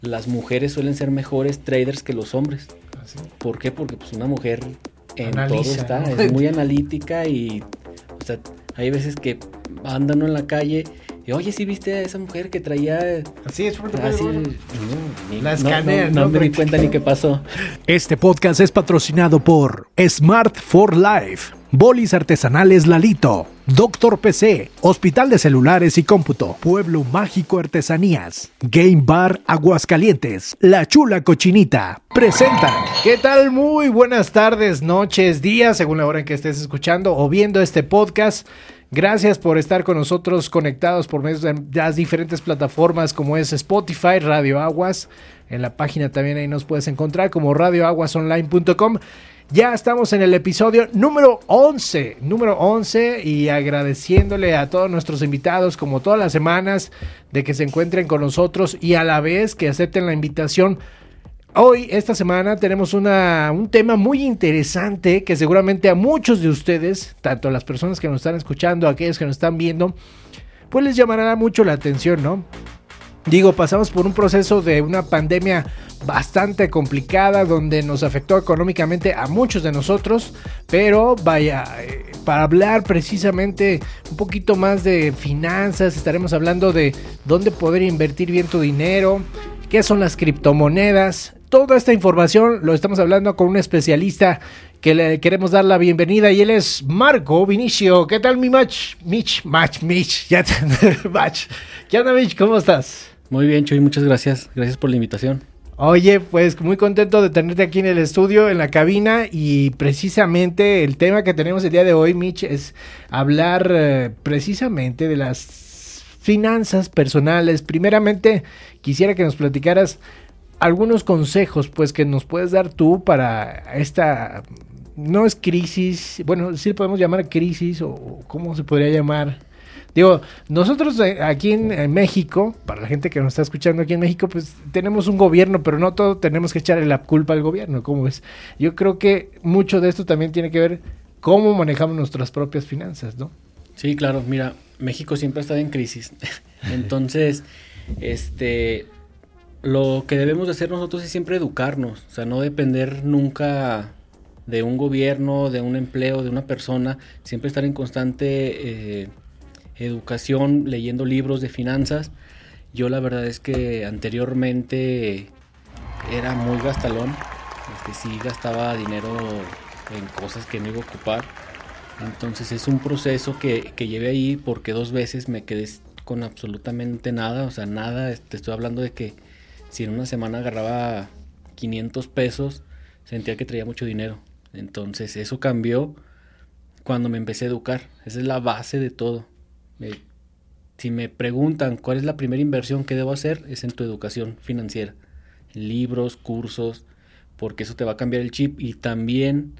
las mujeres suelen ser mejores traders que los hombres. ¿Ah, sí? ¿Por qué? Porque pues una mujer en Analiza, todo está, ¿no? es muy analítica y, o sea, hay veces que andan en la calle y, oye, ¿sí viste a esa mujer que traía Así es, así? La escanean, no ¿no? me di cuenta ni qué pasó. Este podcast es patrocinado por Smart for Life, Bolis Artesanales Lalito, Doctor PC, Hospital de Celulares y Cómputo, Pueblo Mágico Artesanías, Game Bar Aguascalientes, La Chula Cochinita. Presentan. ¿Qué tal? Muy buenas tardes, noches, días, según la hora en que estés escuchando o viendo este podcast. Gracias por estar con nosotros conectados por medio de las diferentes plataformas como es Spotify, Radio Aguas. En la página también ahí nos puedes encontrar como radioaguasonline.com. Ya estamos en el episodio número 11 y agradeciéndole a todos nuestros invitados como todas las semanas de que se encuentren con nosotros y a la vez que acepten la invitación. Hoy, esta semana, tenemos un tema muy interesante que seguramente a muchos de ustedes, tanto a las personas que nos están escuchando, a aquellos que nos están viendo, pues les llamará mucho la atención, ¿no? Digo, pasamos por un proceso de una pandemia bastante complicada donde nos afectó económicamente a muchos de nosotros, pero vaya, para hablar precisamente un poquito más de finanzas, estaremos hablando de dónde poder invertir bien tu dinero, qué son las criptomonedas. Toda esta información lo estamos hablando con un especialista que le queremos dar la bienvenida y él es Marco Vinicio. ¿Qué tal mi Mitch? Ya te... Match. ¿Qué onda, Mitch? ¿Cómo estás? Muy bien, Chuy, muchas gracias. Gracias por la invitación. Oye, pues muy contento de tenerte aquí en el estudio, en la cabina, y precisamente el tema que tenemos el día de hoy, Mitch, es hablar precisamente de las finanzas personales. Primeramente, quisiera que nos platicaras algunos consejos, pues, que nos puedes dar tú para esta, no es crisis, bueno, sí podemos llamar crisis, o ¿cómo se podría llamar? Digo, nosotros aquí en México, para la gente que nos está escuchando aquí en México, pues tenemos un gobierno, pero no todo tenemos que echarle la culpa al gobierno, ¿cómo ves? Yo creo que mucho de esto también tiene que ver cómo manejamos nuestras propias finanzas, ¿no? Sí, claro, mira, México siempre ha estado en crisis. Entonces, lo que debemos de hacer nosotros es siempre educarnos, o sea, no depender nunca de un gobierno, de un empleo, de una persona, siempre estar en constante educación, leyendo libros de finanzas. Yo la verdad es que anteriormente era muy gastalón, sí gastaba dinero en cosas que no iba a ocupar, entonces es un proceso que llevé ahí porque 2 veces me quedé con absolutamente nada, o sea, nada, te estoy hablando de que si en una semana agarraba 500 pesos, sentía que traía mucho dinero. Entonces eso cambió cuando me empecé a educar. Esa es la base de todo. Si me preguntan cuál es la primera inversión que debo hacer, es en tu educación financiera. Libros, cursos, porque eso te va a cambiar el chip. Y también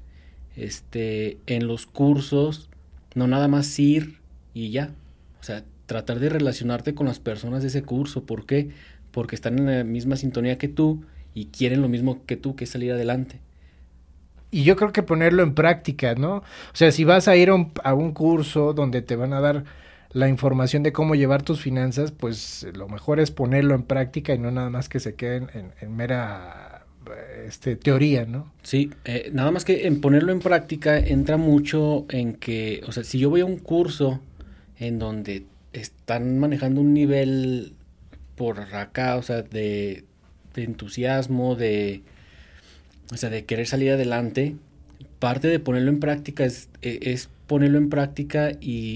en los cursos, no nada más ir y ya. O sea, tratar de relacionarte con las personas de ese curso. ¿Por qué? Porque están en la misma sintonía que tú y quieren lo mismo que tú, que es salir adelante. Y yo creo que ponerlo en práctica, ¿no? O sea, si vas a ir a un curso donde te van a dar la información de cómo llevar tus finanzas, pues lo mejor es ponerlo en práctica y no nada más que se queden en mera teoría, ¿no? Sí, nada más que en ponerlo en práctica entra mucho en que, o sea, si yo voy a un curso en donde están manejando un nivel por acá, o sea, de entusiasmo, de querer salir adelante, parte de ponerlo en práctica es ponerlo en práctica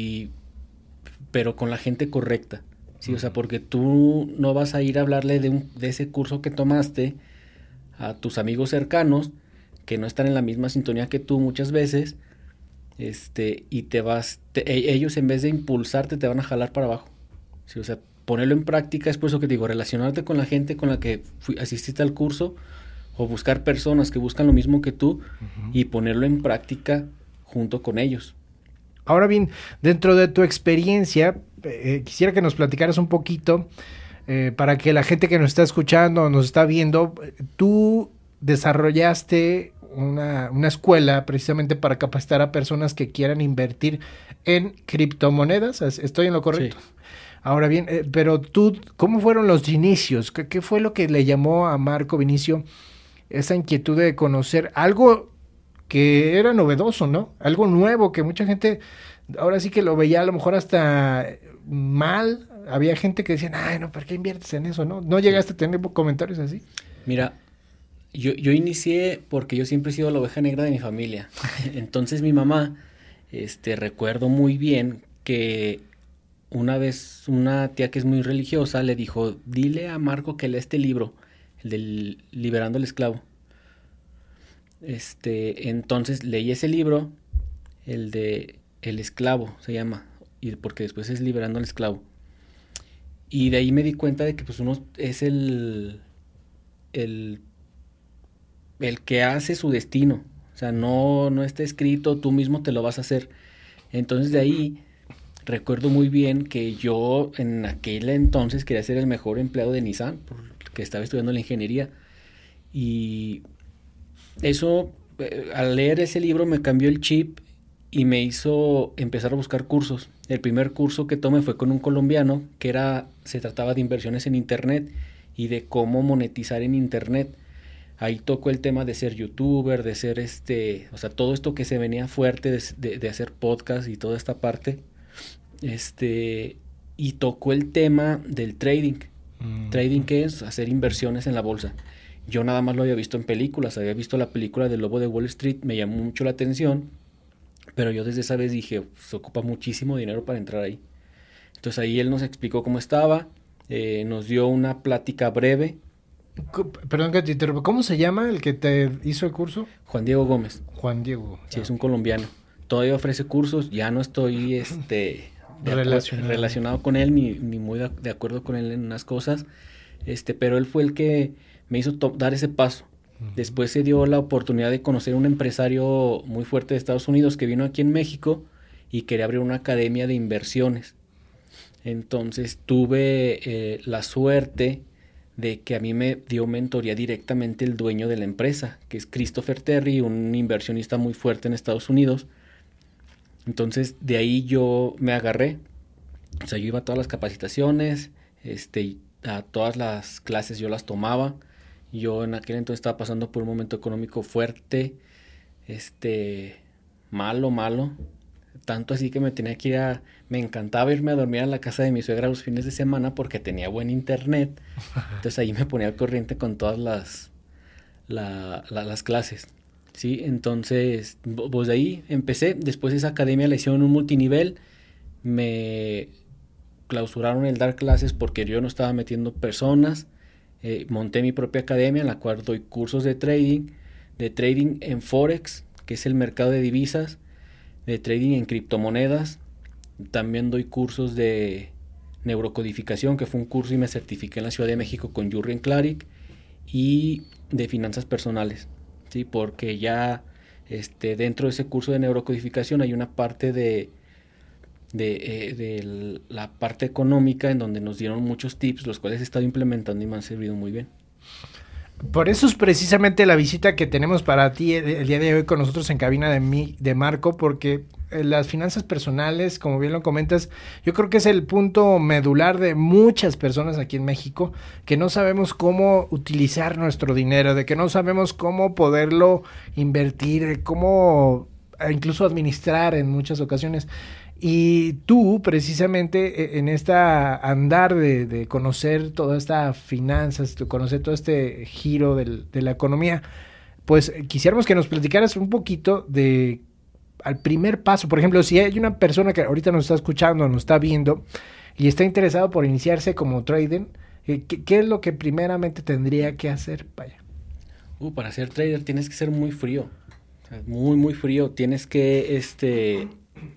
pero con la gente correcta, ¿sí? O sea, porque tú no vas a ir a hablarle de ese curso que tomaste a tus amigos cercanos que no están en la misma sintonía que tú muchas veces, y ellos en vez de impulsarte te van a jalar para abajo, ¿sí? O sea, ponerlo en práctica es por eso que te digo, relacionarte con la gente con la que asististe al curso o buscar personas que buscan lo mismo que tú y ponerlo en práctica junto con ellos. Ahora bien, dentro de tu experiencia, quisiera que nos platicaras un poquito para que la gente que nos está escuchando o nos está viendo, tú desarrollaste una escuela precisamente para capacitar a personas que quieran invertir en criptomonedas. ¿Estoy en lo correcto? Sí. Ahora bien, pero tú, ¿cómo fueron los inicios? ¿Qué fue lo que le llamó a Marco Vinicio esa inquietud de conocer algo que era novedoso, ¿no? Algo nuevo que mucha gente ahora sí que lo veía a lo mejor hasta mal. Había gente que decía, ay, no, ¿por qué inviertes en eso, no? ¿No llegaste a tener comentarios así? Mira, yo inicié porque yo siempre he sido la oveja negra de mi familia. Entonces mi mamá, recuerdo muy bien que una vez una tía que es muy religiosa le dijo, dile a Marco que lea este libro, el del Liberando al Esclavo. Entonces leí ese libro, el de El Esclavo se llama, y porque después es Liberando al Esclavo. Y de ahí me di cuenta de que pues uno es el que hace su destino. O sea, no está escrito, tú mismo te lo vas a hacer. Entonces de ahí recuerdo muy bien que yo en aquel entonces quería ser el mejor empleado de Nissan, porque estaba estudiando la ingeniería. Y eso, al leer ese libro me cambió el chip y me hizo empezar a buscar cursos. El primer curso que tomé fue con un colombiano se trataba de inversiones en internet y de cómo monetizar en internet. Ahí tocó el tema de ser youtuber, de ser o sea, todo esto que se venía fuerte de hacer podcast y toda esta parte. Y tocó el tema del trading. Trading, ¿qué es? Hacer inversiones en la bolsa. Yo nada más lo había visto en películas, había visto la película del Lobo de Wall Street, me llamó mucho la atención, pero yo desde esa vez dije, se ocupa muchísimo dinero para entrar ahí. Entonces ahí él nos explicó cómo estaba, nos dio una plática breve. Perdón que te interrumpa, ¿cómo se llama el que te hizo el curso? Juan Diego Gómez. Juan Diego. Sí, es un colombiano. Todavía ofrece cursos, ya no estoy relacionado con él, ni muy de acuerdo con él en unas cosas, pero él fue el que me hizo dar ese paso. Después se dio la oportunidad de conocer a un empresario muy fuerte de Estados Unidos que vino aquí en México y quería abrir una academia de inversiones. Entonces tuve la suerte de que a mí me dio mentoría directamente el dueño de la empresa, que es Christopher Terry, un inversionista muy fuerte en Estados Unidos. Entonces de ahí yo me agarré, o sea, yo iba a todas las capacitaciones, a todas las clases yo las tomaba. Yo en aquel entonces estaba pasando por un momento económico fuerte, malo, tanto así que me encantaba irme a dormir a la casa de mi suegra los fines de semana porque tenía buen internet. Entonces ahí me ponía al corriente con todas las clases, ¿sí? Entonces, pues de ahí empecé. Después esa academia la hicieron un multinivel. Me clausuraron el dar clases porque yo no estaba metiendo personas. Monté mi propia academia en la cual doy cursos de trading en Forex, que es el mercado de divisas, de trading en criptomonedas. También doy cursos de neurocodificación, que fue un curso y me certifiqué en la Ciudad de México con Jurgen Klarik, y de finanzas personales, ¿sí? Porque ya dentro de ese curso de neurocodificación hay una parte de la parte económica en donde nos dieron muchos tips, los cuales he estado implementando y me han servido muy bien. Por eso es precisamente la visita que tenemos para ti el día de hoy con nosotros en cabina de Marco, porque las finanzas personales, como bien lo comentas, yo creo que es el punto medular de muchas personas aquí en México, que no sabemos cómo utilizar nuestro dinero, de que no sabemos cómo poderlo invertir, cómo incluso administrar en muchas ocasiones. Y tú, precisamente, en esta andar de conocer toda esta finanzas, de conocer todo este giro de la economía, pues quisiéramos que nos platicaras un poquito al primer paso. Por ejemplo, si hay una persona que ahorita nos está escuchando, nos está viendo y está interesado por iniciarse como trader, ¿qué es lo que primeramente tendría que hacer? Vaya. Para ser trader tienes que ser muy frío, o sea, muy, muy frío. Tienes que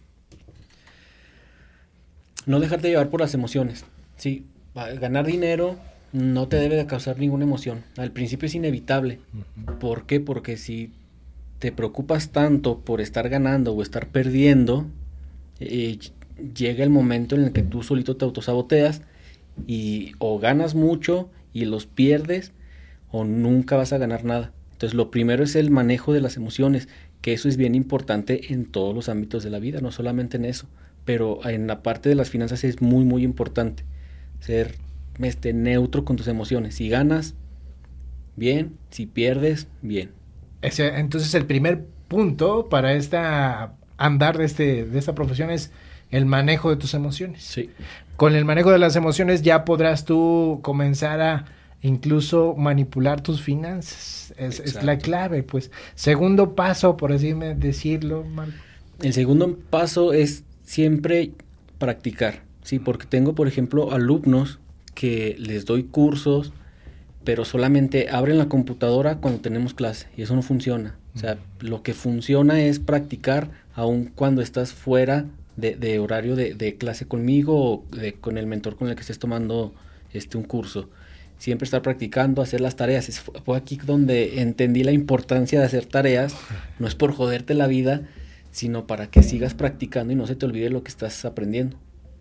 no dejarte llevar por las emociones, ¿sí? Ganar dinero no te debe de causar ninguna emoción. Al principio es inevitable. ¿Por qué? Porque si te preocupas tanto por estar ganando o estar perdiendo, llega el momento en el que tú solito te autosaboteas y o ganas mucho y los pierdes o nunca vas a ganar nada. Entonces lo primero es el manejo de las emociones, que eso es bien importante en todos los ámbitos de la vida, no solamente en eso. pero en la parte de las finanzas es muy, muy importante ser neutro con tus emociones. Si ganas, bien. Si pierdes, bien. Entonces el primer punto para andar de esta profesión es el manejo de tus emociones. Sí. Con el manejo de las emociones ya podrás tú comenzar a incluso manipular tus finanzas. Es la clave, pues. Segundo paso, por así decirlo, Marco. El segundo paso es siempre practicar, ¿sí? Porque tengo, por ejemplo, alumnos que les doy cursos, pero solamente abren la computadora cuando tenemos clase, y eso no funciona. O sea, lo que funciona es practicar aun cuando estás fuera de horario de clase conmigo o con el mentor con el que estés tomando un curso. Siempre estar practicando, hacer las tareas. Fue aquí donde entendí la importancia de hacer tareas. No es por joderte la vida, sino para que sigas practicando y no se te olvide lo que estás aprendiendo.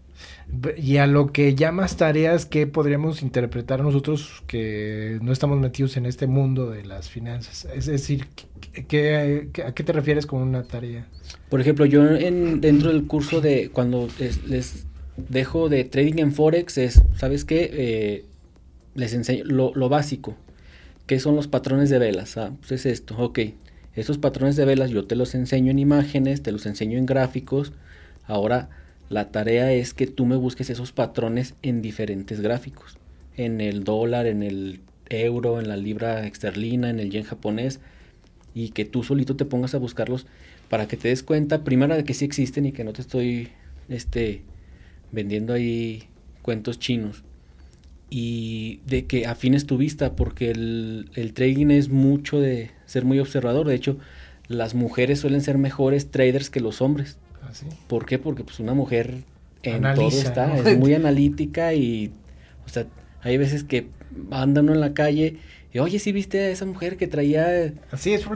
Y a lo que llamas tareas, ¿qué podríamos interpretar nosotros que no estamos metidos en este mundo de las finanzas? Es decir, ¿a qué te refieres con una tarea? Por ejemplo, yo dentro del curso de cuando les dejo de trading en Forex, ¿sabes qué? Les enseño lo básico. ¿Qué son los patrones de velas? Pues es esto, ok. Esos patrones de velas yo te los enseño en imágenes, te los enseño en gráficos. Ahora la tarea es que tú me busques esos patrones en diferentes gráficos. En el dólar, en el euro, en la libra esterlina, en el yen japonés. Y que tú solito te pongas a buscarlos para que te des cuenta, primero, de que sí existen y que no te estoy vendiendo ahí cuentos chinos. Y de que afines tu vista, porque el trading es mucho de ser muy observador. De hecho, las mujeres suelen ser mejores traders que los hombres. ¿Ah, sí? ¿Por qué? Porque pues una mujer analiza, todo está, ¿no? Es muy analítica y, o sea, hay veces que anda uno en la calle y, oye, ¿sí viste a esa mujer que traía? Así es,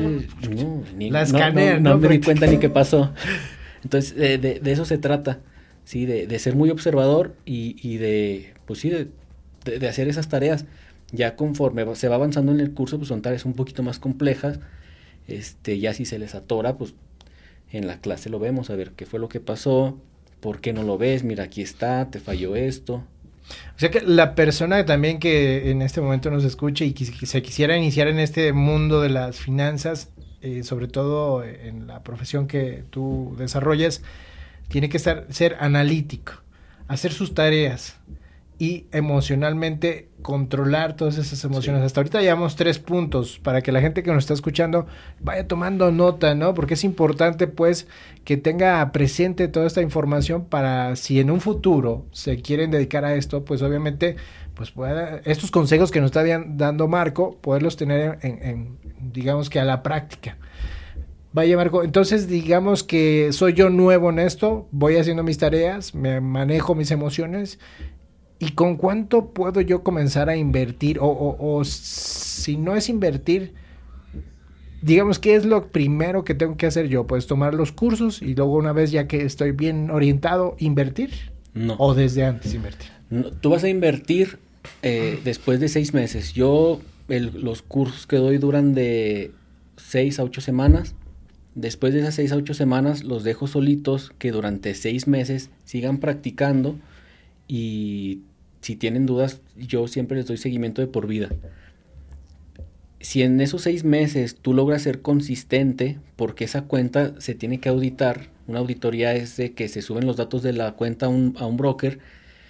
la escanean, no me di cuenta ni qué pasó. Entonces, de eso se trata, ¿sí? De ser muy observador y de, pues sí, de hacer esas tareas. Ya conforme se va avanzando en el curso, pues son tareas un poquito más complejas. Ya si se les atora, pues en la clase lo vemos, a ver qué fue lo que pasó, por qué no lo ves, mira, aquí está, te falló esto. O sea que la persona también que en este momento nos escuche y que se quisiera iniciar en este mundo de las finanzas, sobre todo en la profesión que tú desarrollas, tiene que ser analítico, hacer sus tareas y emocionalmente controlar todas esas emociones. Sí. Hasta ahorita llevamos 3 puntos para que la gente que nos está escuchando vaya tomando nota, ¿no? Porque es importante, pues, que tenga presente toda esta información para si en un futuro se quieren dedicar a esto, pues obviamente, pues estos consejos que nos está dando Marco, poderlos tener en digamos que a la práctica. Vaya, Marco, entonces digamos que soy yo nuevo en esto, voy haciendo mis tareas, me manejo mis emociones. ¿Y con cuánto puedo yo comenzar a invertir? O si no es invertir, digamos, ¿qué es lo primero que tengo que hacer yo? ¿Pues tomar los cursos y luego una vez ya que estoy bien orientado, invertir? No. ¿O desde antes invertir? No, tú vas a invertir después de 6 meses. Yo, los cursos que doy duran de 6 a 8 semanas. Después de esas 6 a 8 semanas los dejo solitos que durante 6 meses sigan practicando y si tienen dudas, yo siempre les doy seguimiento de por vida. Si en esos 6 meses tú logras ser consistente, porque esa cuenta se tiene que auditar, una auditoría es de que se suben los datos de la cuenta a un broker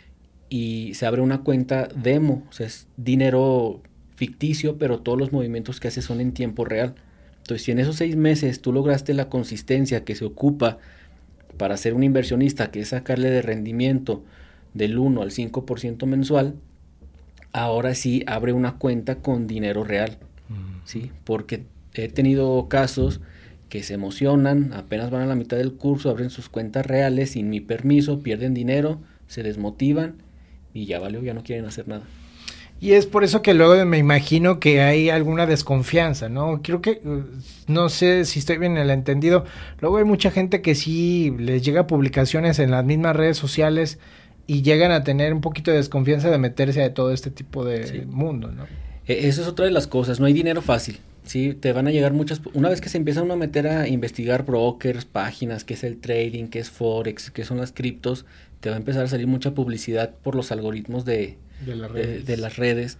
y se abre una cuenta demo, o sea, es dinero ficticio, pero todos los movimientos que hace son en tiempo real. Entonces, si en esos 6 meses tú lograste la consistencia que se ocupa para ser un inversionista, que es sacarle de rendimiento del 1 al 5% mensual, ahora sí abre una cuenta con dinero real, ¿sí? Porque he tenido casos que se emocionan, apenas van a la mitad del curso, abren sus cuentas reales sin mi permiso, pierden dinero, se desmotivan y ya valió, ya no quieren hacer nada. Y es por eso que luego me imagino que hay alguna desconfianza, ¿no? Creo que, no sé si estoy bien en el entendido, luego hay mucha gente que sí les llega publicaciones en las mismas redes sociales y llegan a tener un poquito de desconfianza de meterse a todo este tipo de mundo, ¿no? Eso es otra de las cosas, no hay dinero fácil, Sí, te van a llegar muchas. Una vez que se empieza uno a meter a investigar brokers, páginas, qué es el trading, qué es Forex, qué son las criptos, te va a empezar a salir mucha publicidad por los algoritmos de las redes.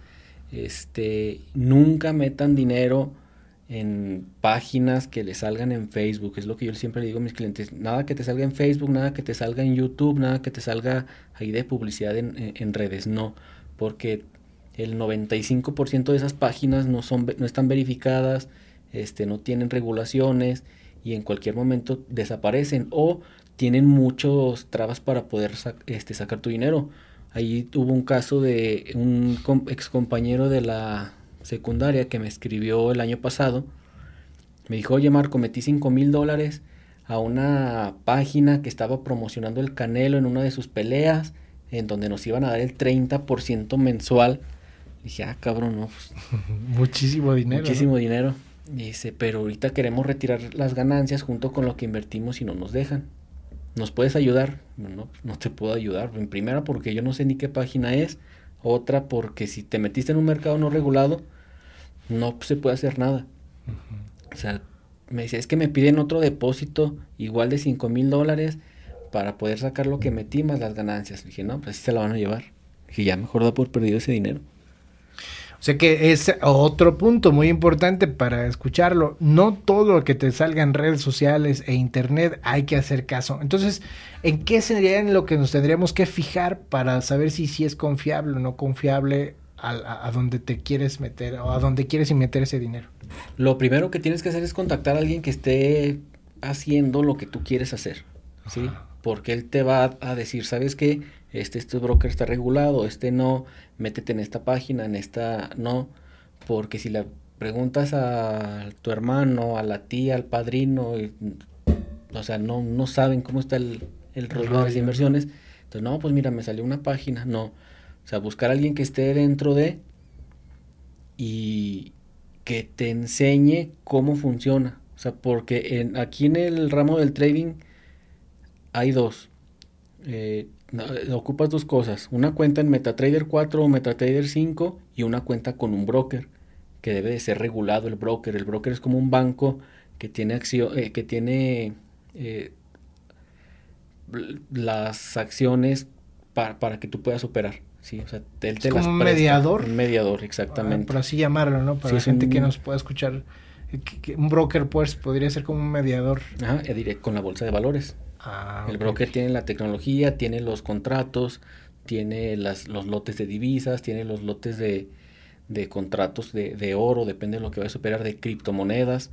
Nunca metan dinero en páginas que le salgan en Facebook, es lo que yo siempre le digo a mis clientes. Nada que te salga en Facebook, nada que te salga en YouTube, nada que te salga ahí de publicidad en redes, no, porque el 95% de esas páginas no están verificadas, no tienen regulaciones y en cualquier momento desaparecen o tienen muchos trabas para poder sacar tu dinero. Ahí hubo un caso de un ex compañero de la secundaria que me escribió el año pasado. Me dijo, oye Marco, metí $5,000 a una página que estaba promocionando el Canelo en una de sus peleas, en donde nos iban a dar el 30% mensual. Dije, cabrón, no. Pues, muchísimo dinero. Muchísimo dinero. Y dice, pero ahorita queremos retirar las ganancias junto con lo que invertimos y no nos dejan. ¿Nos puedes ayudar? No te puedo ayudar. En primera, porque yo no sé ni qué página es. Otra, porque si te metiste en un mercado no regulado, no se puede hacer nada. O sea, me decía, es que me piden otro depósito igual de $5,000 para poder sacar lo que metí más las ganancias. Dije, no, pues así se la van a llevar. Dije, ya mejor da por perdido ese dinero. O sea que es otro punto muy importante para escucharlo. No todo lo que te salga en redes sociales e internet hay que hacer caso. Entonces, ¿en qué sería en lo que nos tendríamos que fijar para saber si es confiable o no confiable a donde te quieres meter o a donde quieres meter ese dinero? Lo primero que tienes que hacer es contactar a alguien que esté haciendo lo que tú quieres hacer, ¿sí? Porque él te va a decir, ¿sabes qué? Este broker está regulado, no, métete en esta página, en esta no, porque si le preguntas a tu hermano, a la tía, al padrino, o sea, no saben cómo está el rollo de las inversiones, entonces, no, pues mira, me salió una página, no, o sea, buscar a alguien que esté dentro de y que te enseñe cómo funciona, o sea, porque aquí en el ramo del trading hay dos. Ocupas dos cosas, una cuenta en MetaTrader 4 o MetaTrader 5 y una cuenta con un broker que debe de ser regulado. El broker es como un banco que tiene las acciones para que tú puedas operar, ¿sí? O sea, él te las presta. ¿Un mediador? Un mediador, exactamente. Por así llamarlo, ¿no? Para la gente que nos pueda escuchar, que un broker pues podría ser como un mediador. Ajá, con la bolsa de valores. El broker tiene la tecnología, tiene los contratos, tiene los lotes de divisas, tiene los lotes de contratos de oro, depende de lo que vayas a operar, de criptomonedas.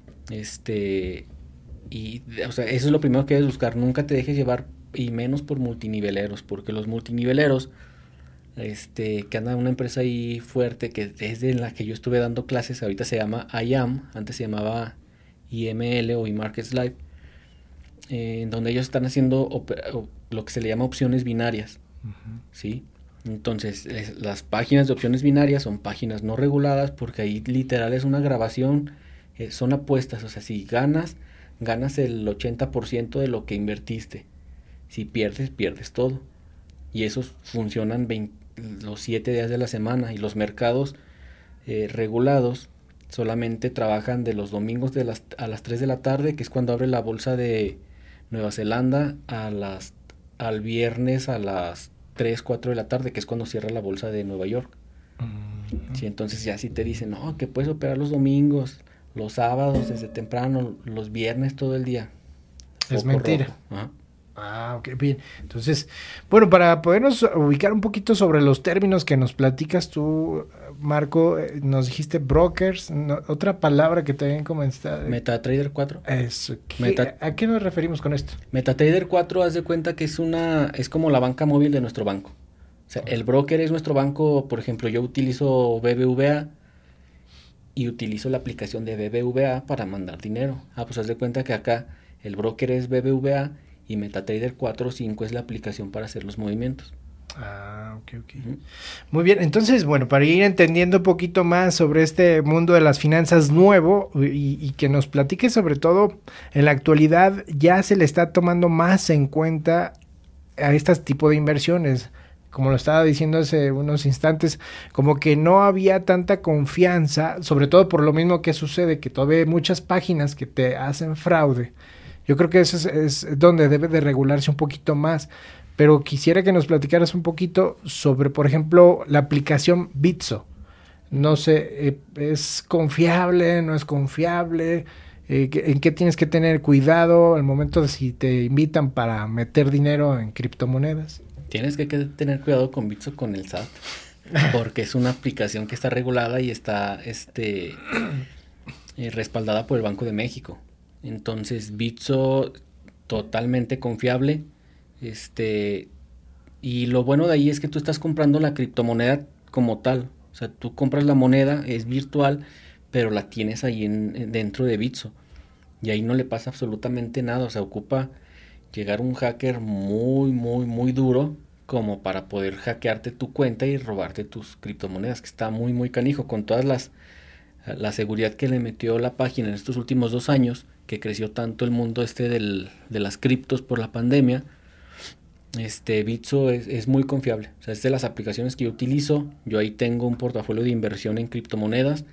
O sea, eso es lo primero que debes buscar. Nunca te dejes llevar, y menos por multiniveleros, porque los multiniveleros, que anda una empresa ahí fuerte, que es de la que yo estuve dando clases, ahorita se llama IAM, antes se llamaba IML o eMarkets Live, en donde ellos están haciendo lo que se le llama opciones binarias, ¿sí? Entonces, las páginas de opciones binarias son páginas no reguladas porque ahí literal es una grabación, son apuestas, o sea, si ganas el 80% de lo que invertiste, si pierdes todo, y esos funcionan los 7 días de la semana, y los mercados regulados solamente trabajan de los domingos a las 3 de la tarde, que es cuando abre la bolsa de Nueva Zelanda, al viernes a las 3, 4 de la tarde, que es cuando cierra la bolsa de Nueva York. Sí, entonces ya si te dicen, no, que puedes operar los domingos, los sábados desde temprano, los viernes todo el día. Es mentira. Ok, bien. Entonces, bueno, para podernos ubicar un poquito sobre los términos que nos platicas tú, Marco, nos dijiste brokers, otra palabra que te habían comentado. MetaTrader 4. Eso. ¿A qué nos referimos con esto? MetaTrader 4, haz de cuenta que es como la banca móvil de nuestro banco. O sea, el broker es nuestro banco. Por ejemplo, yo utilizo BBVA y utilizo la aplicación de BBVA para mandar dinero. Pues haz de cuenta que acá el broker es BBVA y MetaTrader 4 o 5 es la aplicación para hacer los movimientos. Ok. Muy bien, entonces, bueno, para ir entendiendo un poquito más sobre este mundo de las finanzas nuevo y que nos platique sobre todo en la actualidad, ya se le está tomando más en cuenta a este tipo de inversiones. como lo estaba diciendo hace unos instantes, como que no había tanta confianza, sobre todo por lo mismo que sucede, que todavía hay muchas páginas que te hacen fraude. Yo creo que eso es donde debe de regularse un poquito más. Pero quisiera que nos platicaras un poquito sobre, por ejemplo, la aplicación Bitso. No sé, ¿es confiable? ¿No es confiable? ¿En qué tienes que tener cuidado al momento de si te invitan para meter dinero en criptomonedas? Tienes que tener cuidado con Bitso, con el SAT, porque es una aplicación que está regulada y está respaldada por el Banco de México. Entonces, Bitso, totalmente confiable. Y lo bueno de ahí es que tú estás comprando la criptomoneda como tal. O sea, tú compras la moneda, es virtual, pero la tienes ahí dentro de Bitso. Y ahí no le pasa absolutamente nada. O sea, ocupa llegar un hacker muy, muy, muy duro como para poder hackearte tu cuenta y robarte tus criptomonedas, que está muy, muy canijo. Con todas la seguridad que le metió la página en estos últimos 2 años, que creció tanto el mundo de las criptos por la pandemia. Bitso es muy confiable. O sea, es de las aplicaciones que yo utilizo. Yo ahí tengo un portafolio de inversión en criptomonedas.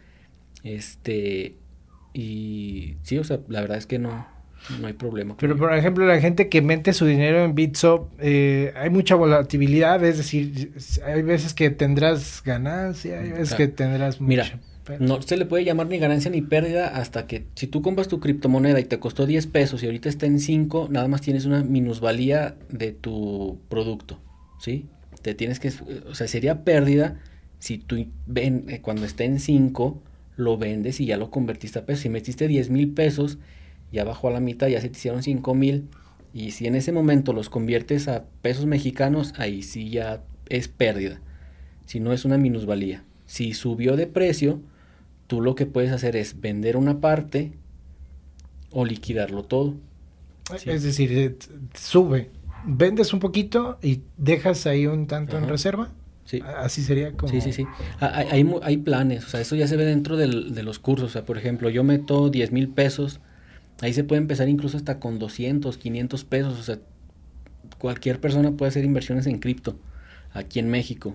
Y sí, o sea, la verdad es que no hay problema. Pero, por ejemplo, la gente que mete su dinero en Bitso, hay mucha volatilidad. Es decir, hay veces que tendrás ganancia, hay veces que tendrás mucha. Mira, no se le puede llamar ni ganancia ni pérdida hasta que si tú compras tu criptomoneda y te costó 10 pesos y ahorita está en 5, nada más tienes una minusvalía de tu producto, ¿sí? Te tienes que, o sea, sería pérdida si tú cuando esté en 5 lo vendes y ya lo convertiste a pesos. Si metiste 10,000 pesos, ya bajó a la mitad, ya se te hicieron 5,000, y si en ese momento los conviertes a pesos mexicanos, ahí sí ya es pérdida, si no es una minusvalía. Si subió de precio, tú lo que puedes hacer es vender una parte o liquidarlo todo. ¿Sí? Es decir, sube, vendes un poquito y dejas ahí un tanto en reserva. Sí. Así sería como... Sí. Hay planes, o sea, eso ya se ve dentro de los cursos. O sea, por ejemplo, yo meto 10,000 pesos, ahí se puede empezar incluso hasta con 200, 500 pesos. O sea, cualquier persona puede hacer inversiones en cripto aquí en México.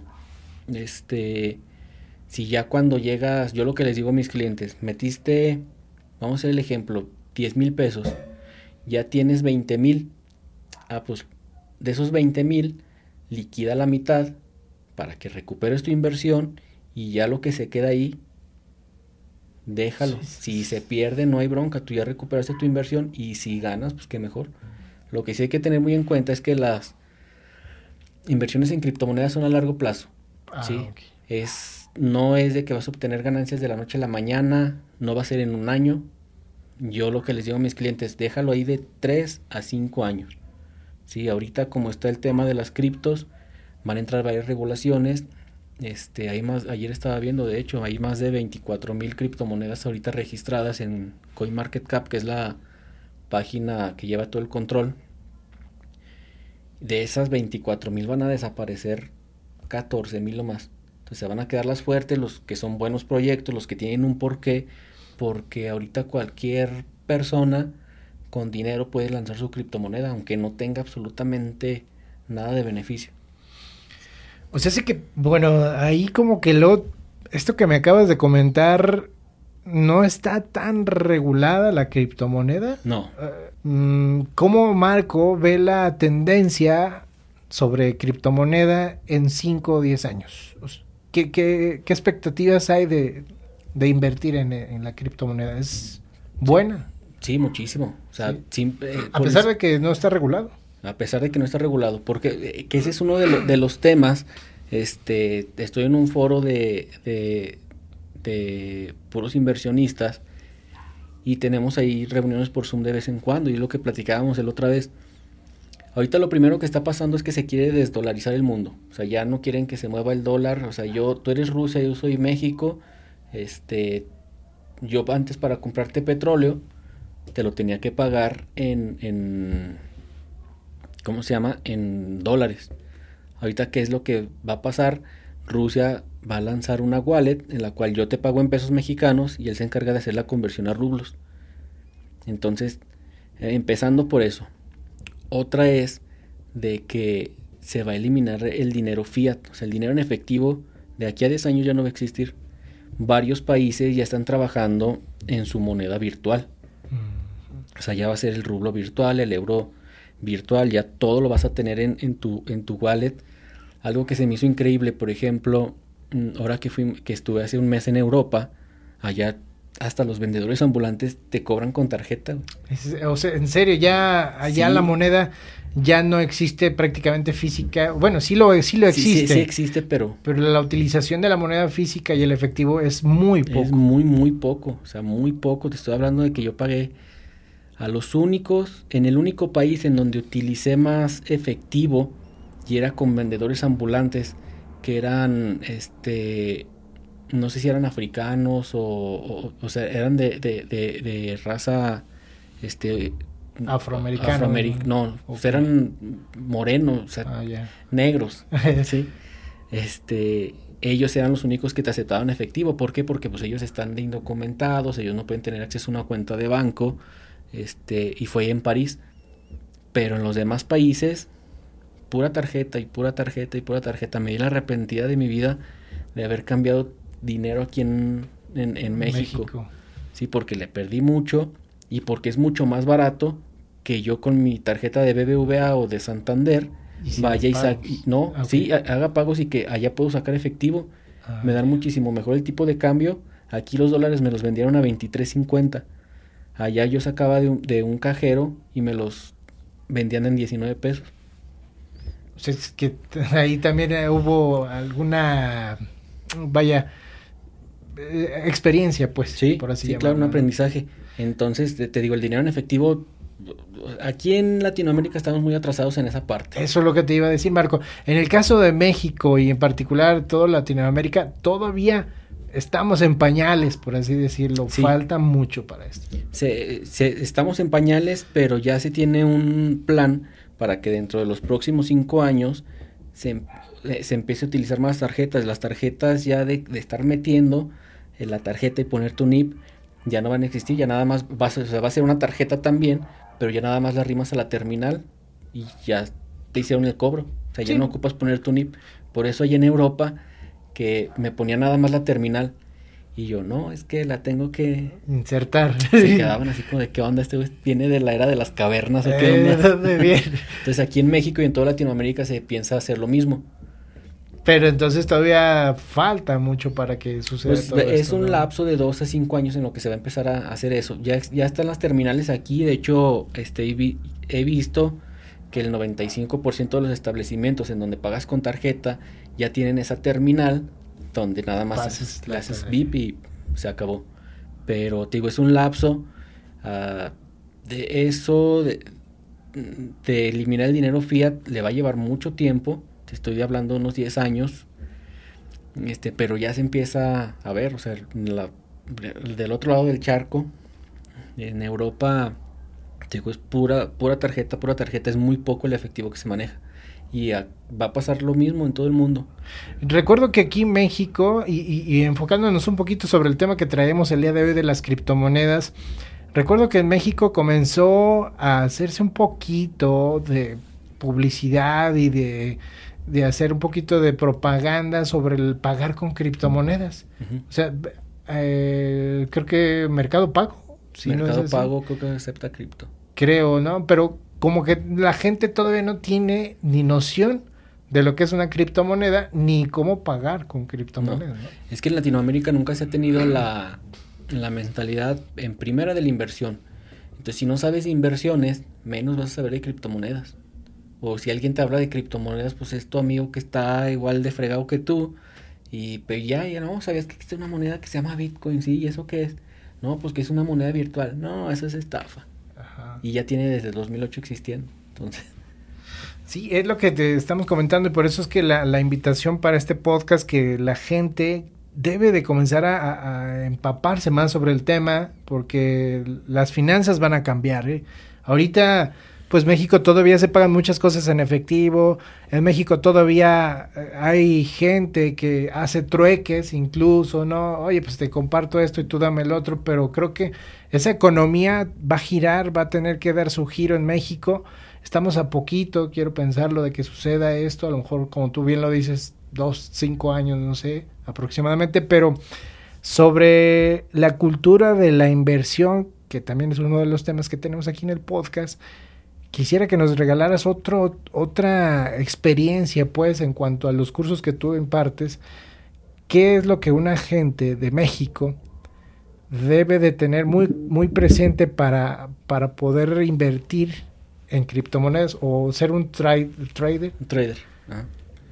Si ya cuando llegas, yo lo que les digo a mis clientes, metiste, vamos a hacer el ejemplo, 10,000 pesos, ya tienes 20,000, pues de esos 20,000, liquida la mitad para que recuperes tu inversión y ya lo que se queda ahí, déjalo. Si se pierde, no hay bronca, tú ya recuperaste tu inversión y si ganas, pues qué mejor. Lo que sí hay que tener muy en cuenta es que las inversiones en criptomonedas son a largo plazo, ¿sí? Okay. No es de que vas a obtener ganancias de la noche a la mañana, no va a ser en un año. Yo lo que les digo a mis clientes, déjalo ahí de 3 a 5 años. Sí, ahorita como está el tema de las criptos, van a entrar varias regulaciones. Ayer estaba viendo, de hecho, hay más de 24,000 criptomonedas ahorita registradas en CoinMarketCap, que es la página que lleva todo el control. De esas 24,000 van a desaparecer 14,000 o más. Entonces se van a quedar las fuertes, los que son buenos proyectos, los que tienen un porqué, porque ahorita cualquier persona con dinero puede lanzar su criptomoneda, aunque no tenga absolutamente nada de beneficio. O sea, sí que, bueno, ahí como que esto que me acabas de comentar, ¿no está tan regulada la criptomoneda? No. ¿Cómo Marco ve la tendencia sobre criptomoneda en 5 o 10 años? ¿Qué expectativas hay de invertir en la criptomoneda? ¿Es buena? Sí, muchísimo. O sea, sí. A pesar de que no está regulado. A pesar de que no está regulado, porque que ese es uno de los temas. Estoy en un foro de puros inversionistas y tenemos ahí reuniones por Zoom de vez en cuando, y lo que platicábamos la otra vez. Ahorita lo primero que está pasando es que se quiere desdolarizar el mundo. O sea, ya no quieren que se mueva el dólar. O sea, tú eres Rusia, yo soy México. Yo antes para comprarte petróleo te lo tenía que pagar en ¿cómo se llama? En dólares. Ahorita, ¿qué es lo que va a pasar? Rusia va a lanzar una wallet en la cual yo te pago en pesos mexicanos y él se encarga de hacer la conversión a rublos. Entonces, empezando por eso. Otra es de que se va a eliminar el dinero fiat. O sea, el dinero en efectivo de aquí a 10 años ya no va a existir. Varios países ya están trabajando en su moneda virtual. O sea, ya va a ser el rublo virtual, el euro virtual, ya todo lo vas a tener en tu wallet. Algo que se me hizo increíble, por ejemplo, ahora que estuve hace un mes en Europa, allá hasta los vendedores ambulantes te cobran con tarjeta. O sea, en serio, ya allá Sí. la moneda ya no existe prácticamente física. Bueno, sí lo existe. Sí existe, pero la utilización de la moneda física y el efectivo es muy poco. es muy poco. O sea, muy poco. Te estoy hablando de que yo pagué en el único país en donde utilicé más efectivo y era con vendedores ambulantes que eran, no sé si eran africanos o sea, eran de raza, Afroamericano. no, o sea, eran morenos, o sea, Ya. negros, sí. Ellos eran los únicos que te aceptaban efectivo. ¿Por qué? Porque pues ellos están de indocumentados, ellos no pueden tener acceso a una cuenta de banco, y fue en París. Pero en los demás países, pura tarjeta y pura tarjeta y pura tarjeta. Me di la arrepentida de mi vida de haber cambiado dinero aquí en México. Sí, porque le perdí mucho y porque es mucho más barato que yo con mi tarjeta de BBVA o de Santander vaya y saque. No, Okay. Sí, haga pagos y que allá puedo sacar efectivo. Me dan muchísimo mejor el tipo de cambio. Aquí los dólares me los vendieron a 23.50. Allá yo sacaba de un cajero y me los vendían en 19 pesos. O sea, es que ahí también hubo alguna, experiencia, pues, Sí, por así sí, llamarlo, claro, un ¿no? aprendizaje. Entonces, te digo, el dinero en efectivo, aquí en Latinoamérica estamos muy atrasados en esa parte. Eso es lo que te iba a decir, Marco. En el caso de México y en particular toda Latinoamérica, todavía estamos en pañales, por así decirlo. Sí. Falta mucho para esto. Estamos en pañales, pero ya se tiene un plan para que dentro de los próximos 5 años se empiece a utilizar más tarjetas. Las tarjetas ya de estar metiendo en la tarjeta y poner tu NIP ya no van a existir, ya nada más va a ser una tarjeta también, pero ya nada más la arrimas a la terminal y ya te hicieron el cobro. O sea, ya Sí. no ocupas poner tu NIP. Por eso allá en Europa que me ponía nada más la terminal y yo, no, es que la tengo que Insertar. se quedaban así como de qué onda, este güey viene de la era de las cavernas o qué onda. ¿De dónde viene? Entonces aquí en México y en toda Latinoamérica se piensa hacer lo mismo. Pero entonces todavía falta mucho para que suceda Pues todo es esto, un ¿no? lapso de 2 a 5 años en lo que se va a empezar a hacer eso. Ya están las terminales aquí, de hecho, he visto que el 95% de los establecimientos en donde pagas con tarjeta ya tienen esa terminal donde nada más Pases le la haces tarjeta. bip y se acabó. Pero te digo, es un lapso de eso, de eliminar el dinero fiat, le va a llevar mucho tiempo. Te estoy hablando de unos 10 años. Pero ya se empieza a ver, o sea, del otro lado del charco, en Europa, te digo, es pura tarjeta, es muy poco el efectivo que se maneja. Y va a pasar lo mismo en todo el mundo. Recuerdo que aquí en México, y enfocándonos un poquito sobre el tema que traemos el día de hoy de las criptomonedas, recuerdo que en México comenzó a hacerse un poquito de publicidad y de hacer un poquito de propaganda sobre el pagar con criptomonedas. Uh-huh. O sea, creo que Mercado Pago. Si Mercado no es así. Pago creo que acepta cripto. Creo, ¿no? Pero como que la gente todavía no tiene ni noción de lo que es una criptomoneda ni cómo pagar con criptomonedas, ¿no? Es que en Latinoamérica nunca se ha tenido la mentalidad en primera de la inversión. Entonces, si no sabes de inversiones, menos vas a saber de criptomonedas. O si alguien te habla de criptomonedas, pues es tu amigo que está igual de fregado que tú. Y pues ya no, ¿sabías que existe una moneda que se llama Bitcoin? Sí, ¿y eso qué es? No, pues que es una moneda virtual. No, eso es estafa. Ajá. Y ya tiene desde 2008 existiendo. Entonces, Sí, es lo que te estamos comentando y por eso es que la invitación para este podcast, que la gente debe de comenzar a empaparse más sobre el tema, porque las finanzas van a cambiar, ¿eh? Ahorita, pues México todavía se pagan muchas cosas en efectivo, en México todavía hay gente que hace trueques incluso, ¿no? Oye, pues te comparto esto y tú dame el otro, pero creo que esa economía va a girar, va a tener que dar su giro en México. estamos a poquito, quiero pensarlo, de que suceda esto, a lo mejor, como tú bien lo dices, 2, 5 años, no sé, aproximadamente, pero sobre la cultura de la inversión, que también es uno de los temas que tenemos aquí en el podcast, quisiera que nos regalaras otra experiencia, pues, en cuanto a los cursos que tú impartes. ¿Qué es lo que un agente de México debe de tener muy, muy presente para poder invertir en criptomonedas o ser un trader? Un trader. Ajá.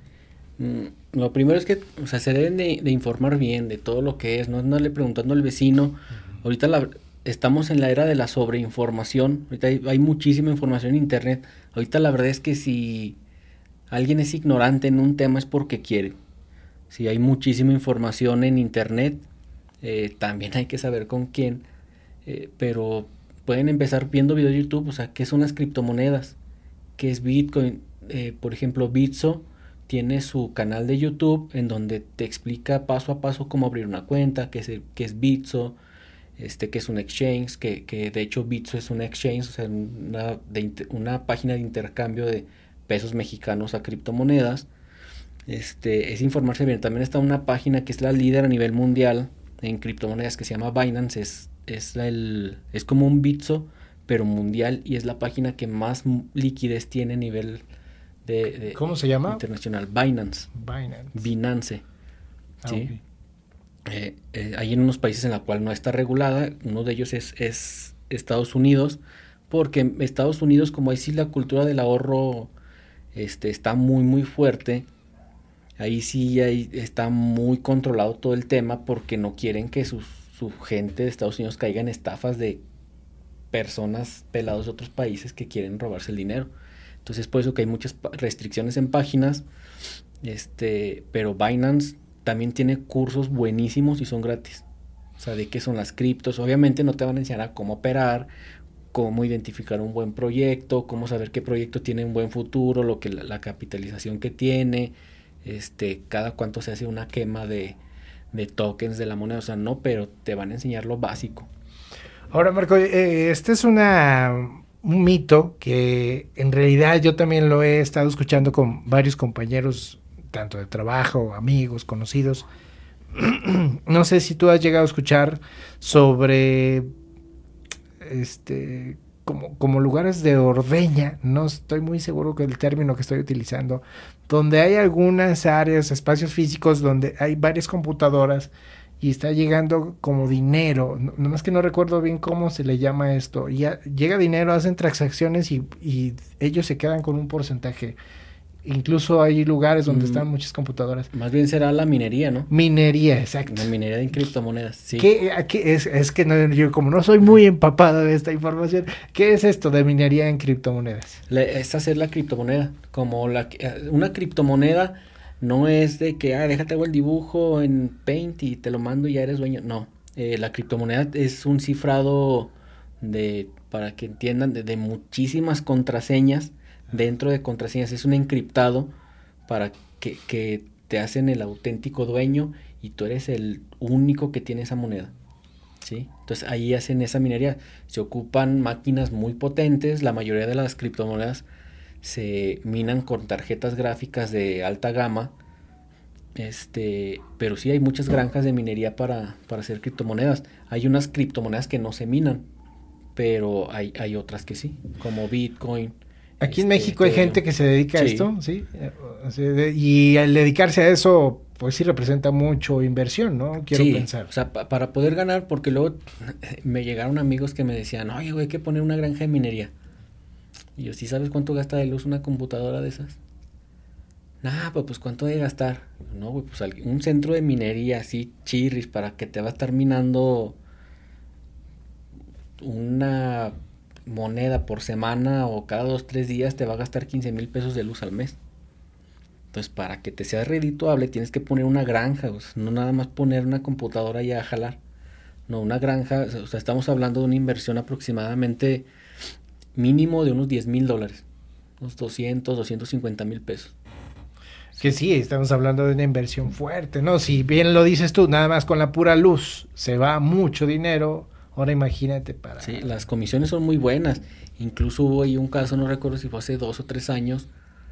Lo primero es que, o sea, se deben de informar bien de todo lo que es, no andarle preguntando al vecino. Ahorita estamos en la era de la sobreinformación. Ahorita hay muchísima información en internet. Ahorita la verdad es que si alguien es ignorante en un tema es porque quiere. Si hay muchísima información en internet, también hay que saber con quién. Pero pueden empezar viendo videos de YouTube, o sea, ¿qué son las criptomonedas? ¿Qué es Bitcoin? Por ejemplo, Bitso tiene su canal de YouTube en donde te explica paso a paso cómo abrir una cuenta, qué es Bitso, que es un exchange, que de hecho Bitso es un exchange, o sea, una página de intercambio de pesos mexicanos a criptomonedas. Es informarse bien. También está una página que es la líder a nivel mundial en criptomonedas que se llama Binance, es como un Bitso pero mundial, y es la página que más liquidez tiene a nivel de ¿cómo se llama? Internacional. Binance. ¿Sí? Okay. Hay en unos países en la cual no está regulada. Uno de ellos es Estados Unidos, porque en Estados Unidos, como ahí sí la cultura del ahorro está muy muy fuerte, ahí sí está muy controlado todo el tema, porque no quieren que su gente de Estados Unidos caiga en estafas de personas pelados de otros países que quieren robarse el dinero. Entonces por eso que hay muchas restricciones en páginas, pero Binance también tiene cursos buenísimos y son gratis. O sea, de qué son las criptos. Obviamente no te van a enseñar a cómo operar, cómo identificar un buen proyecto, cómo saber qué proyecto tiene un buen futuro, lo que la capitalización que tiene, cada cuánto se hace una quema de tokens de la moneda, o sea, no, pero te van a enseñar lo básico. Ahora, Marco, este es un mito que en realidad yo también lo he estado escuchando con varios compañeros, tanto de trabajo, amigos, conocidos. No sé si tú has llegado a escuchar sobre como lugares de ordeña, no estoy muy seguro que el término que estoy utilizando, donde hay algunas áreas, espacios físicos donde hay varias computadoras y está llegando como dinero, nomás que no recuerdo bien cómo se le llama esto, y llega dinero, hacen transacciones y ellos se quedan con un porcentaje. Incluso hay lugares donde están muchas computadoras. Más bien será la minería, ¿no? Minería, exacto. La minería de criptomonedas, sí. ¿Qué es que no, yo como no soy muy empapado de esta información, ¿qué es esto de minería en criptomonedas? Es hacer la criptomoneda. Como una criptomoneda no es de que, déjate hago el dibujo en Paint y te lo mando y ya eres dueño. No, la criptomoneda es un cifrado para que entiendan, de muchísimas contraseñas. Dentro de contraseñas es un encriptado para que te hacen el auténtico dueño y tú eres el único que tiene esa moneda, ¿sí? Entonces ahí hacen esa minería. Se ocupan máquinas muy potentes. La mayoría de las criptomonedas se minan con tarjetas gráficas de alta gama, pero sí hay muchas granjas de minería para hacer criptomonedas. Hay unas criptomonedas que no se minan, pero hay otras que sí, como Bitcoin. Aquí en México hay gente que se dedica a esto, ¿sí? Y al dedicarse a eso, pues sí representa mucho inversión, ¿no? Quiero pensar. O sea, para poder ganar, porque luego me llegaron amigos que me decían, oye, güey, hay que poner una granja de minería. Y yo, ¿sí sabes cuánto gasta de luz una computadora de esas? Nah, pues ¿cuánto debe gastar? No, güey, pues un centro de minería así, chirris, para que te va a estar minando una moneda por semana o cada 2-3 días, te va a gastar 15,000 pesos de luz al mes. Entonces, para que te sea redituable, tienes que poner una granja, o sea, no nada más poner una computadora y a jalar. No, una granja, o sea, estamos hablando de una inversión aproximadamente mínimo de unos $10,000, unos 250,000 pesos. Que sí, estamos hablando de una inversión fuerte, ¿no? Si bien lo dices tú, nada más con la pura luz se va mucho dinero, Ahora imagínate para... Sí, las comisiones son muy buenas. Incluso hubo ahí un caso, no recuerdo si fue hace 2 o 3 años,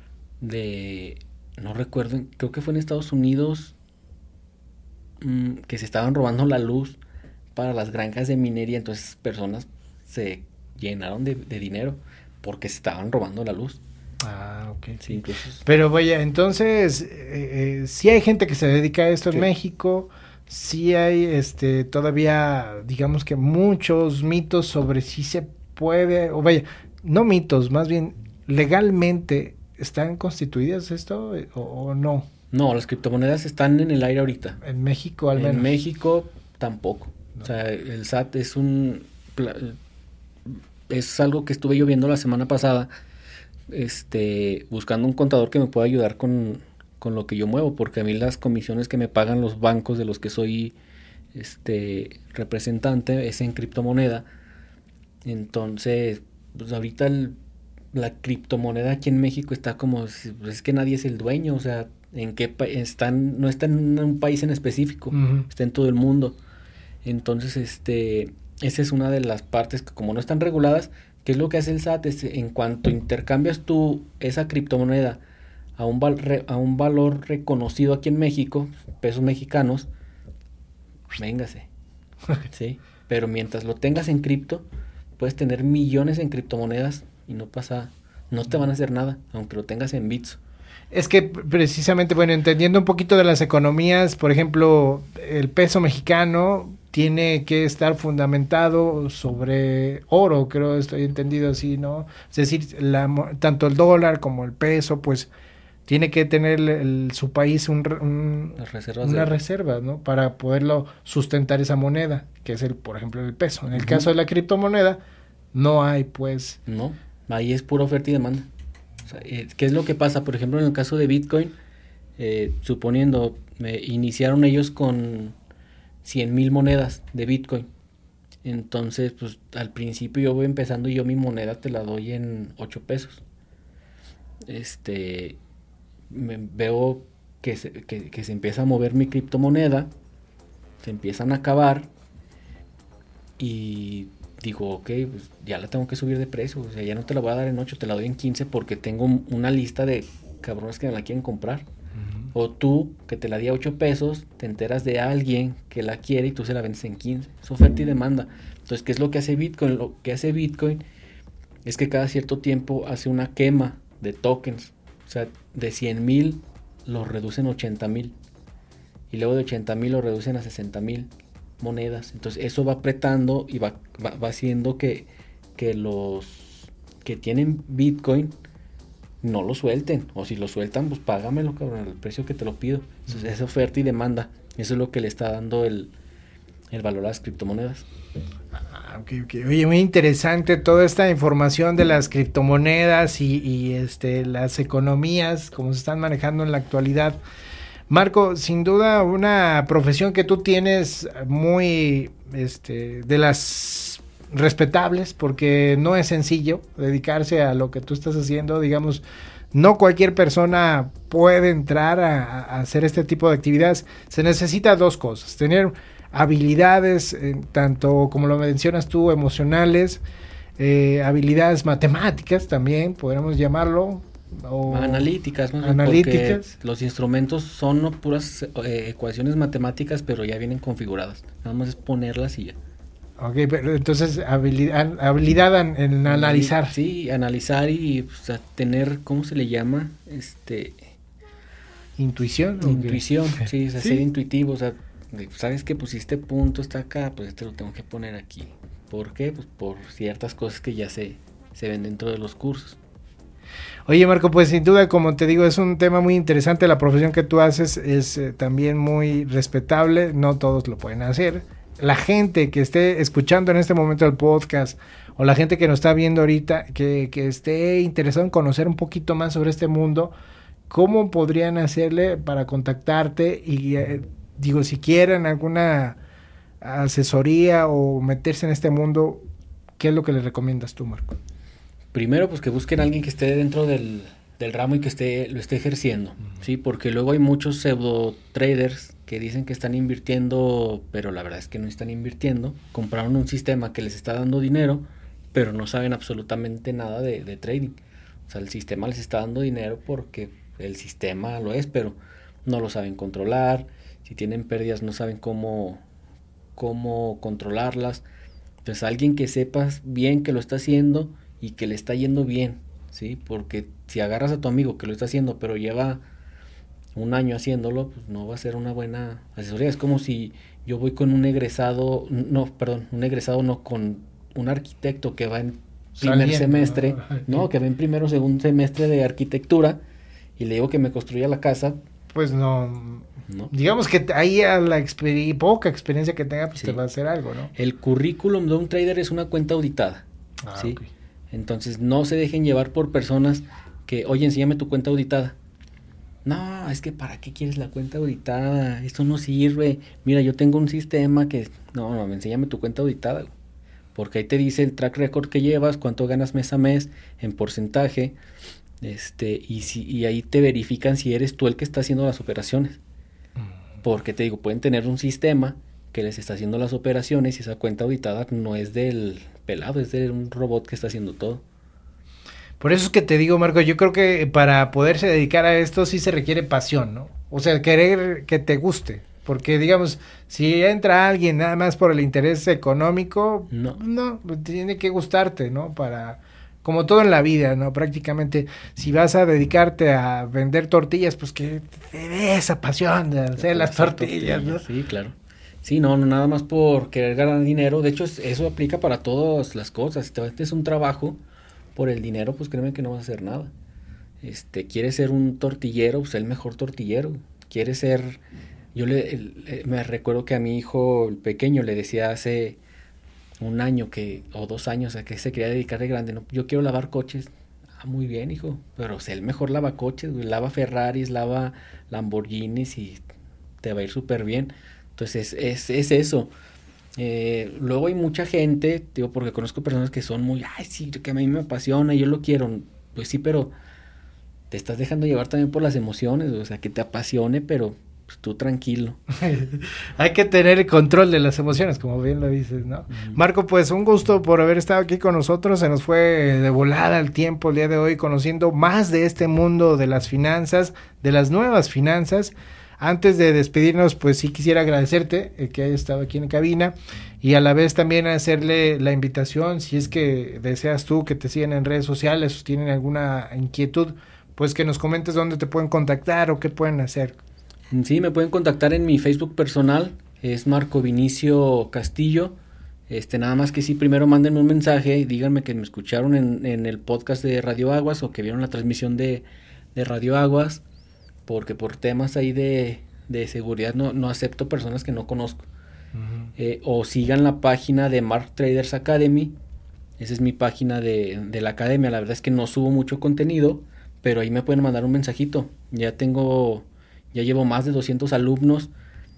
no recuerdo, creo que fue en Estados Unidos, que se estaban robando la luz para las granjas de minería. Entonces personas se llenaron de dinero porque se estaban robando la luz. Ah, ok. Sí, incluso... Pero vaya, entonces, sí hay gente que se dedica a esto en Sí. México, sí hay todavía, digamos que muchos mitos sobre si se puede, o vaya, no mitos, más bien legalmente, ¿están constituidas esto o no? No, las criptomonedas están en el aire ahorita. En México al menos. En México tampoco. No. O sea, el SAT es algo que estuve yo viendo la semana pasada, buscando un contador que me pueda ayudar con lo que yo muevo, porque a mí las comisiones que me pagan los bancos de los que soy representante es en criptomoneda. Entonces, pues ahorita la criptomoneda aquí en México está como, pues es que nadie es el dueño, o sea, no está en un país en específico, Ujú. está en todo el mundo. Entonces, esa es una de las partes que como no están reguladas, ¿qué es lo que hace el SAT? En cuanto intercambias tú esa criptomoneda a un valor reconocido aquí en México, pesos mexicanos, véngase, ¿sí? Pero mientras lo tengas en cripto, puedes tener millones en criptomonedas y no te van a hacer nada, aunque lo tengas en bits. Es que precisamente, bueno, entendiendo un poquito de las economías, por ejemplo, el peso mexicano tiene que estar fundamentado sobre oro, creo, estoy entendido así, ¿no? Es decir, tanto el dólar como el peso, pues, tiene que tener su país Las reservas una reserva, ¿no? Para poderlo sustentar esa moneda, que es por ejemplo, el peso. En el caso de la criptomoneda, no hay, pues... No, ahí es pura oferta y demanda. O sea, ¿qué es lo que pasa? Por ejemplo, en el caso de Bitcoin, suponiendo, iniciaron ellos con 100,000 monedas de Bitcoin. Entonces, pues al principio yo voy empezando y yo mi moneda te la doy en 8 pesos. Veo que se empieza a mover mi criptomoneda, se empiezan a acabar y digo, ok, pues ya la tengo que subir de precio, o sea, ya no te la voy a dar en 8, te la doy en 15 porque tengo una lista de cabrones que me la quieren comprar. O tú, que te la di a 8 pesos, te enteras de alguien que la quiere y tú se la vendes en 15. Es oferta y demanda. Entonces, ¿qué es lo que hace Bitcoin? Lo que hace Bitcoin es que cada cierto tiempo hace una quema de tokens. O sea, de 100,000 los reducen a 80,000. Y luego de 80,000 los reducen a 60,000 monedas. Entonces, eso va apretando y va haciendo que los que tienen Bitcoin no lo suelten, o si lo sueltan, pues págamelo, cabrón, al precio que te lo pido. Entonces, es oferta y demanda. Eso es lo que le está dando el valor a las criptomonedas. Okay. Oye, muy interesante toda esta información de las criptomonedas y las economías, como se están manejando en la actualidad. Marco, sin duda una profesión que tú tienes muy, de las respetables, porque no es sencillo dedicarse a lo que tú estás haciendo, digamos, no cualquier persona puede entrar a hacer este tipo de actividades. Se necesita 2 cosas, tener habilidades, tanto como lo mencionas tú, emocionales, habilidades matemáticas también, podríamos llamarlo. O analíticas, ¿no? Analíticas. Porque los instrumentos son no puras ecuaciones matemáticas, pero ya vienen configuradas. Nada más es ponerlas y ya. Ok, pero entonces habilidad en analizar. Sí, analizar y pues, tener, ¿cómo se le llama? Intuición. Intuición, sí, o sea, Sí. ser intuitivo, o sea, sabes que pues si este punto está acá, pues lo tengo que poner aquí. ¿Por qué? Pues por ciertas cosas que ya se ven dentro de los cursos. Oye, Marco, pues sin duda, como te digo, es un tema muy interesante. La profesión que tú haces es también muy respetable. No todos lo pueden hacer. La gente que esté escuchando en este momento el podcast o la gente que nos está viendo ahorita, que esté interesado en conocer un poquito más sobre este mundo, ¿cómo podrían hacerle para contactarte? Y digo, si quieren alguna asesoría o meterse en este mundo, ¿qué es lo que les recomiendas tú, Marco? Primero, pues que busquen a alguien que esté dentro del ramo y que lo esté ejerciendo, ¿sí? Porque luego hay muchos pseudo traders que dicen que están invirtiendo, pero la verdad es que no están invirtiendo. Compraron un sistema que les está dando dinero, pero no saben absolutamente nada de trading. O sea, el sistema les está dando dinero porque el sistema lo es, pero no lo saben controlar. Si tienen pérdidas no saben cómo controlarlas. Entonces alguien que sepas bien que lo está haciendo y que le está yendo bien, ¿sí? Porque si agarras a tu amigo que lo está haciendo pero lleva un año haciéndolo, pues no va a ser una buena asesoría. Es como si yo voy con un egresado con un arquitecto que va en primer semestre, que va en primero o segundo semestre de arquitectura y le digo que me construya la casa. Pues no. Digamos que ahí a la poca experiencia que tenga, pues sí, te va a hacer algo, ¿no? El currículum de un trader es una cuenta auditada, ¿sí? Okay. Entonces no se dejen llevar por personas que, oye, enséñame tu cuenta auditada. No, es que ¿para qué quieres la cuenta auditada? Esto no sirve. Mira, yo tengo un sistema que... No, enséñame tu cuenta auditada. Porque ahí te dice el track record que llevas, cuánto ganas mes a mes, en porcentaje. Y ahí te verifican si eres tú el que está haciendo las operaciones. Porque te digo, pueden tener un sistema que les está haciendo las operaciones y esa cuenta auditada no es del pelado, es de un robot que está haciendo todo. Por eso es que te digo, Marco, yo creo que para poderse dedicar a esto sí se requiere pasión, ¿no? O sea, querer que te guste. Porque, digamos, si entra alguien nada más por el interés económico, no, tiene que gustarte, ¿no? Como todo en la vida, ¿no? Prácticamente, si vas a dedicarte a vender tortillas, pues que te dé esa pasión de hacer las tortillas, ¿no? Sí, claro. Sí, no, nada más por querer ganar dinero. De hecho, eso aplica para todas las cosas. Si te metes un trabajo por el dinero, pues créeme que no vas a hacer nada. Quieres ser un tortillero, pues el mejor tortillero. Quieres ser... me recuerdo que a mi hijo, el pequeño, le decía hace... un año o 2 años a que se quería dedicar de grande, ¿no? Yo quiero lavar coches. Muy bien, hijo, pero sé el mejor lavacoches, güey. Lava Ferraris, lava Lamborghinis y te va a ir súper bien. Entonces es eso. Luego hay mucha gente, digo, porque conozco personas que son muy, sí, que a mí me apasiona, yo lo quiero. Pues sí, pero te estás dejando llevar también por las emociones, o sea, que te apasione, pero... pues tú tranquilo. Hay que tener el control de las emociones, como bien lo dices, ¿no? Marco, pues un gusto por haber estado aquí con nosotros. Se nos fue de volada el tiempo el día de hoy, conociendo más de este mundo de las finanzas, de las nuevas finanzas. Antes de despedirnos, pues sí quisiera agradecerte que hayas estado aquí en cabina y a la vez también hacerle la invitación, si es que deseas tú que te sigan en redes sociales o tienen alguna inquietud, pues que nos comentes dónde te pueden contactar o qué pueden hacer. Sí, me pueden contactar en mi Facebook personal, es Marco Vinicio Castillo. Nada más que sí, primero mándenme un mensaje y díganme que me escucharon en el podcast de Radio Aguas o que vieron la transmisión de Radio Aguas, porque por temas ahí de seguridad no acepto personas que no conozco. Uh-huh. O sigan la página de Mark Traders Academy, esa es mi página de la academia. La verdad es que no subo mucho contenido, pero ahí me pueden mandar un mensajito. Ya llevo más de 200 alumnos,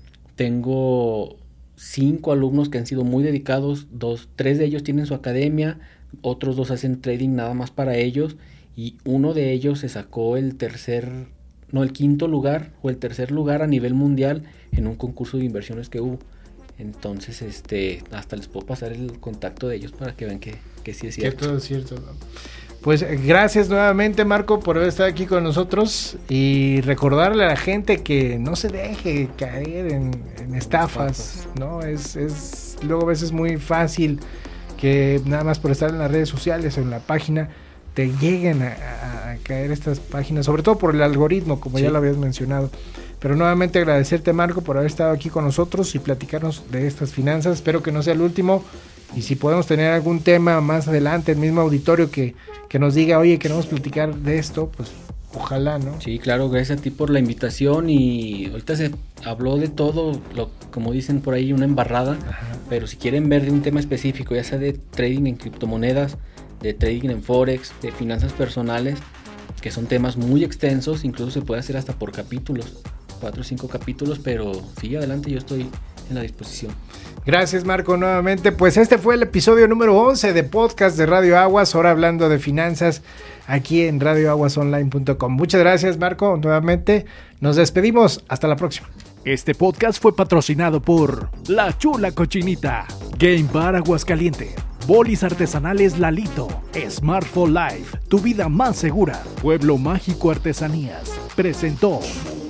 tengo 5 alumnos que han sido muy dedicados, 3 de ellos tienen su academia, otros 2 hacen trading nada más para ellos, y uno de ellos se sacó el quinto lugar o el tercer lugar a nivel mundial en un concurso de inversiones que hubo. Entonces, hasta les puedo pasar el contacto de ellos para que vean que sí es cierto. Que todo es cierto, ¿no? Pues gracias nuevamente, Marco, por haber estado aquí con nosotros y recordarle a la gente que no se deje caer en estafas, ¿no? Luego a veces muy fácil que nada más por estar en las redes sociales o en la página te lleguen a caer estas páginas, sobre todo por el algoritmo, como ya lo habías mencionado. Pero nuevamente agradecerte, Marco, por haber estado aquí con nosotros y platicarnos de estas finanzas. Espero que no sea el último. Y si podemos tener algún tema más adelante, el mismo auditorio que nos diga, oye, queremos platicar de esto, pues ojalá, ¿no? Sí, claro, gracias a ti por la invitación. Y ahorita se habló de todo, como dicen por ahí, una embarrada. Ajá. Pero si quieren ver de un tema específico, ya sea de trading en criptomonedas, de trading en forex, de finanzas personales, que son temas muy extensos, incluso se puede hacer hasta por capítulos, 4 o 5 capítulos, pero sí, adelante, yo estoy en la disposición. Gracias, Marco, nuevamente. Pues este fue el episodio número 11 de podcast de Radio Aguas, ahora hablando de finanzas aquí en radioaguasonline.com. Muchas gracias, Marco, nuevamente. Nos despedimos. Hasta la próxima. Este podcast fue patrocinado por La Chula Cochinita, Game Bar Aguascalientes, Bolis Artesanales Lalito, Smart for Life, tu vida más segura, Pueblo Mágico Artesanías, presentó